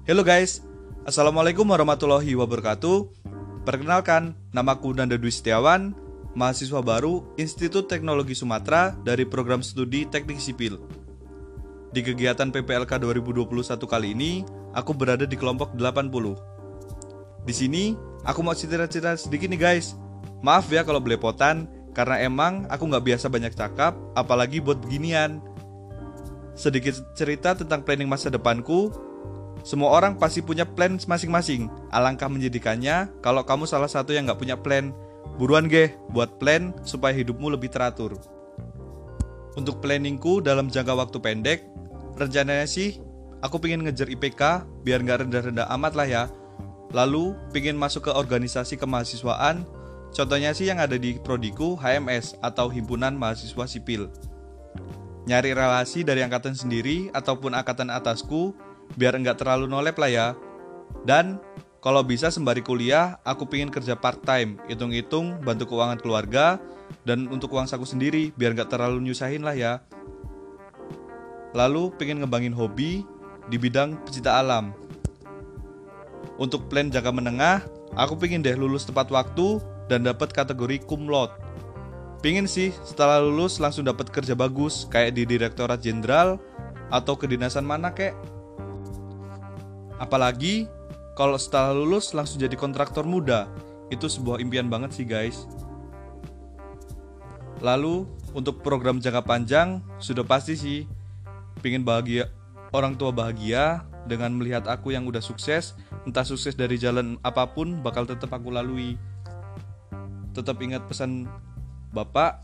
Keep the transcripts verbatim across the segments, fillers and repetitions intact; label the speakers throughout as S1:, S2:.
S1: Halo guys, Assalamualaikum warahmatullahi wabarakatuh. Perkenalkan, namaku Nanda Dwi Setiawan, mahasiswa baru Institut Teknologi Sumatera dari program studi Teknik Sipil. Di kegiatan P P L K dua ribu dua puluh satu kali ini, aku berada di kelompok delapan puluh. Di sini, aku mau cerita-cerita sedikit nih guys. Maaf ya kalau belepotan, karena emang aku gak biasa banyak cakap, apalagi buat beginian. Sedikit cerita tentang planning masa depanku. Semua orang pasti punya plan masing-masing. Alangkah menyedihkannya kalau kamu salah satu yang gak punya plan. Buruan geh, buat plan supaya hidupmu lebih teratur. Untuk planningku dalam jangka waktu pendek, rencananya sih aku pengen ngejar I P K biar gak rendah-rendah amat lah ya. Lalu pengen masuk ke organisasi kemahasiswaan. Contohnya sih yang ada di prodiku H M S atau Himpunan Mahasiswa Sipil. Nyari relasi dari angkatan sendiri ataupun angkatan atasku biar enggak terlalu nolep lah ya. Dan kalau bisa sembari kuliah, aku pengen kerja part time, hitung-hitung bantu keuangan keluarga dan untuk uang saku sendiri biar enggak terlalu nyusahin lah ya. Lalu pengen ngembangin hobi di bidang pecinta alam. Untuk plan jangka menengah, aku pengen deh lulus tepat waktu dan dapat kategori cum laude. Pengen sih setelah lulus langsung dapat kerja bagus kayak di Direktorat Jenderal atau kedinasan mana kek. Apalagi kalau setelah lulus langsung jadi kontraktor muda. Itu sebuah impian banget sih guys. Lalu untuk program jangka panjang sudah pasti sih pengen bahagia, orang tua bahagia dengan melihat aku yang udah sukses. Entah sukses dari jalan apapun bakal tetap aku lalui. Tetap ingat pesan Bapak,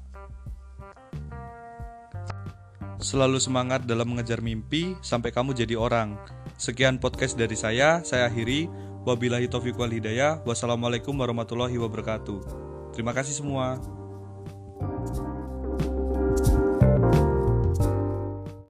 S1: selalu semangat dalam mengejar mimpi sampai kamu jadi orang. Sekian podcast dari saya, saya akhiri. Wabillahi taufiq wal hidayah. Wassalamualaikum warahmatullahi wabarakatuh. Terima kasih semua.